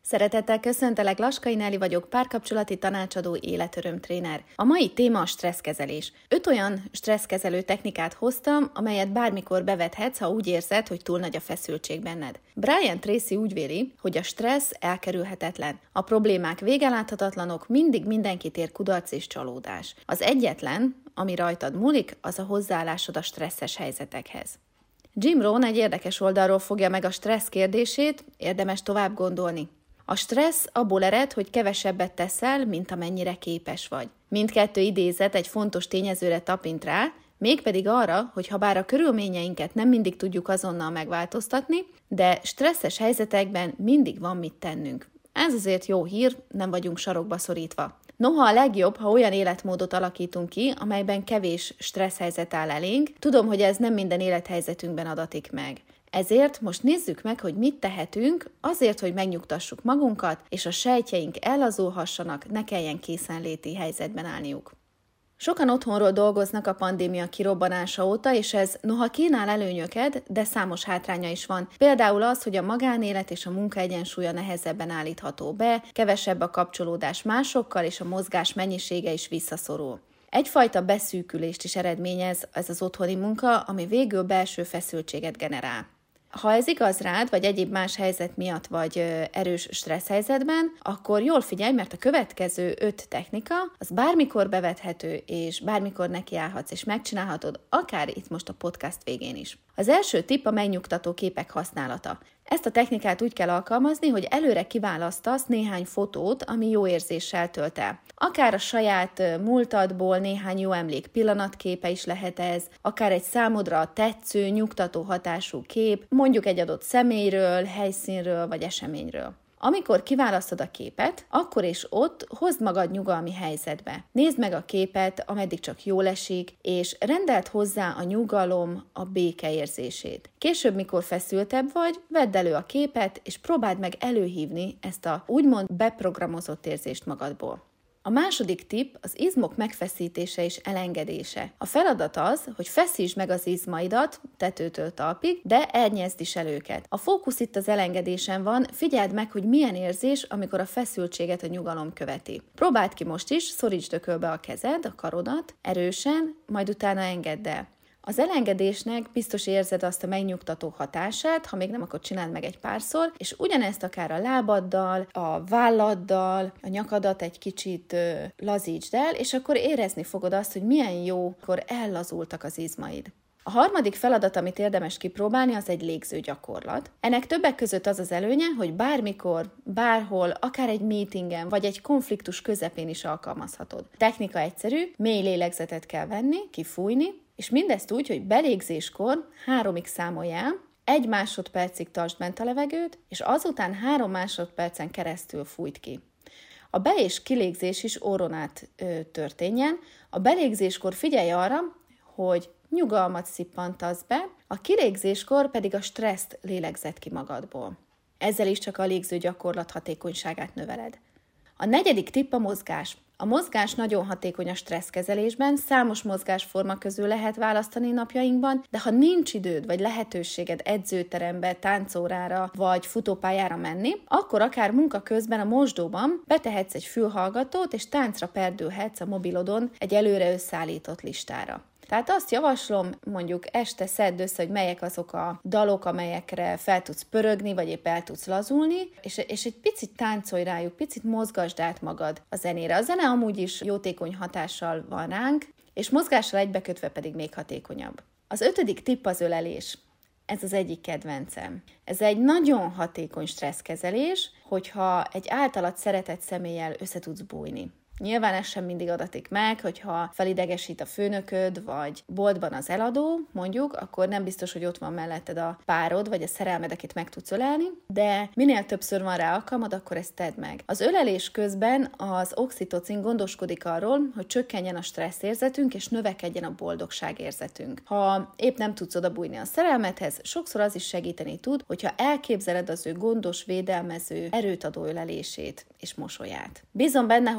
Szeretettel köszöntelek, Laskai Nelly vagyok, párkapcsolati tanácsadó, életörömtréner. A mai téma a stresszkezelés. 5 olyan stresszkezelő technikát hoztam, amelyet bármikor bevethetsz, ha úgy érzed, hogy túl nagy a feszültség benned. Brian Tracy úgy véli, hogy a stressz elkerülhetetlen. A problémák végeláthatatlanok, mindig mindenkit ér kudarc és csalódás. Az egyetlen, ami rajtad múlik, az a hozzáállásod a stresszes helyzetekhez. Jim Rohn egy érdekes oldalról fogja meg a stressz kérdését, érdemes tovább gondolni. A stressz abból ered, hogy kevesebbet teszel, mint amennyire képes vagy. Mindkettő idézet egy fontos tényezőre tapint rá, mégpedig arra, hogy ha bár a körülményeinket nem mindig tudjuk azonnal megváltoztatni, de stresszes helyzetekben mindig van mit tennünk. Ez azért jó hír, nem vagyunk sarokba szorítva. Noha a legjobb, ha olyan életmódot alakítunk ki, amelyben kevés stressz helyzet áll elénk, tudom, hogy ez nem minden élethelyzetünkben adatik meg. Ezért most nézzük meg, hogy mit tehetünk azért, hogy megnyugtassuk magunkat, és a sejtjeink ellazulhassanak, ne kelljen készenléti helyzetben állniuk. Sokan otthonról dolgoznak a pandémia kirobbanása óta, és ez noha kínál előnyöket, de számos hátránya is van. Például az, hogy a magánélet és a munka egyensúlya nehezebben állítható be, kevesebb a kapcsolódás másokkal, és a mozgás mennyisége is visszaszorul. Egyfajta beszűkülést is eredményez ez az otthoni munka, ami végül belső feszültséget generál. Ha ez igaz rád, vagy egyéb más helyzet miatt vagy erős stressz helyzetben, akkor jól figyelj, mert a következő 5 technika, az bármikor bevethető, és bármikor nekiállhatsz, és megcsinálhatod, akár itt most a podcast végén is. Az első tipp a megnyugtató képek használata. Ezt a technikát úgy kell alkalmazni, hogy előre kiválasztasz néhány fotót, ami jó érzéssel tölt el. Akár a saját múltadból néhány jó emlék pillanatképe is lehet ez, akár egy számodra tetsző, nyugtató hatású kép, mondjuk egy adott személyről, helyszínről vagy eseményről. Amikor kiválasztod a képet, akkor és ott hozd magad nyugalmi helyzetbe. Nézd meg a képet, ameddig csak jól esik, és rendeld hozzá a nyugalom, a béke érzését. Később, mikor feszültebb vagy, vedd elő a képet, és próbáld meg előhívni ezt a úgymond beprogramozott érzést magadból. A második tipp az izmok megfeszítése és elengedése. A feladat az, hogy feszítsd meg az izmaidat tetőtől talpig, de elnyezd is el őket. A fókusz itt az elengedésen van, figyeld meg, hogy milyen érzés, amikor a feszültséget a nyugalom követi. Próbáld ki most is, szorítsd ökölbe a kezed, a karodat, erősen, majd utána engedd el. Az elengedésnek biztos érzed azt a megnyugtató hatását, ha még nem, akkor csináld meg egy párszor, és ugyanezt akár a lábaddal, a válladdal, a nyakadat egy kicsit lazítsd el, és akkor érezni fogod azt, hogy milyen jó, akkor ellazultak az izmaid. A harmadik feladat, amit érdemes kipróbálni, az egy légző gyakorlat. Ennek többek között az az előnye, hogy bármikor, bárhol, akár egy meetingen, vagy egy konfliktus közepén is alkalmazhatod. A technika egyszerű, mély lélegzetet kell venni, kifújni, és mindezt úgy, hogy belégzéskor 3-ig számolj el, 1 másodpercig tartsd bent a levegőt, és azután 3 másodpercen keresztül fújt ki. A be- és kilégzés is orron át történjen. A belégzéskor figyelj arra, hogy nyugalmat szippantasz be, a kilégzéskor pedig a stresszt lélegzed ki magadból. Ezzel is csak a légző gyakorlat hatékonyságát növeled. A negyedik tipp a mozgás. A mozgás nagyon hatékony a stresszkezelésben, számos mozgásforma közül lehet választani napjainkban, de ha nincs időd vagy lehetőséged edzőterembe, táncórára vagy futópályára menni, akkor akár munka közben a mosdóban betehetsz egy fülhallgatót és táncra perdülhetsz a mobilodon egy előre összeállított listára. Tehát azt javaslom, mondjuk este szedd össze, hogy melyek azok a dalok, amelyekre fel tudsz pörögni, vagy épp el tudsz lazulni, és egy picit táncolj rájuk, picit mozgasd át magad a zenére. A zene amúgy is jótékony hatással van ránk, és mozgással egybekötve pedig még hatékonyabb. Az 5. tipp az ölelés. Ez az egyik kedvencem. Ez egy nagyon hatékony stresszkezelés, hogyha egy általad szeretett személlyel össze tudsz bújni. Nyilván ez sem mindig adatik meg, hogyha felidegesít a főnököd, vagy boltban az eladó, mondjuk, akkor nem biztos, hogy ott van melletted a párod, vagy a szerelmed, akit meg tudsz ölelni, de minél többször van rá alkalmad, akkor ezt tedd meg. Az ölelés közben az oxitocin gondoskodik arról, hogy csökkenjen a stresszérzetünk, és növekedjen a boldogságérzetünk. Ha épp nem tudsz odabújni a szerelmedhez, sokszor az is segíteni tud, hogyha elképzeled az ő gondos, védelmező, erőt adó ölelését és mosolyát. Bízom benne, hogy minél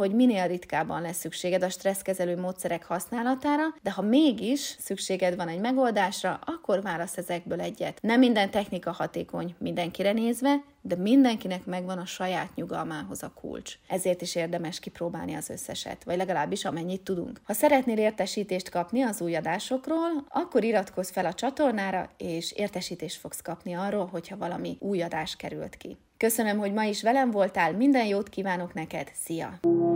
ritkában lesz szükséged a stresszkezelő módszerek használatára, de ha mégis szükséged van egy megoldásra, akkor válasz ezekből egyet. Nem minden technika hatékony mindenkire nézve, de mindenkinek megvan a saját nyugalmához a kulcs. Ezért is érdemes kipróbálni az összeset, vagy legalábbis amennyit tudunk. Ha szeretnél értesítést kapni az új adásokról, akkor iratkozz fel a csatornára, és értesítést fogsz kapni arról, hogyha valami új adás került ki. Köszönöm, hogy ma is velem voltál, minden jót kívánok neked, szia!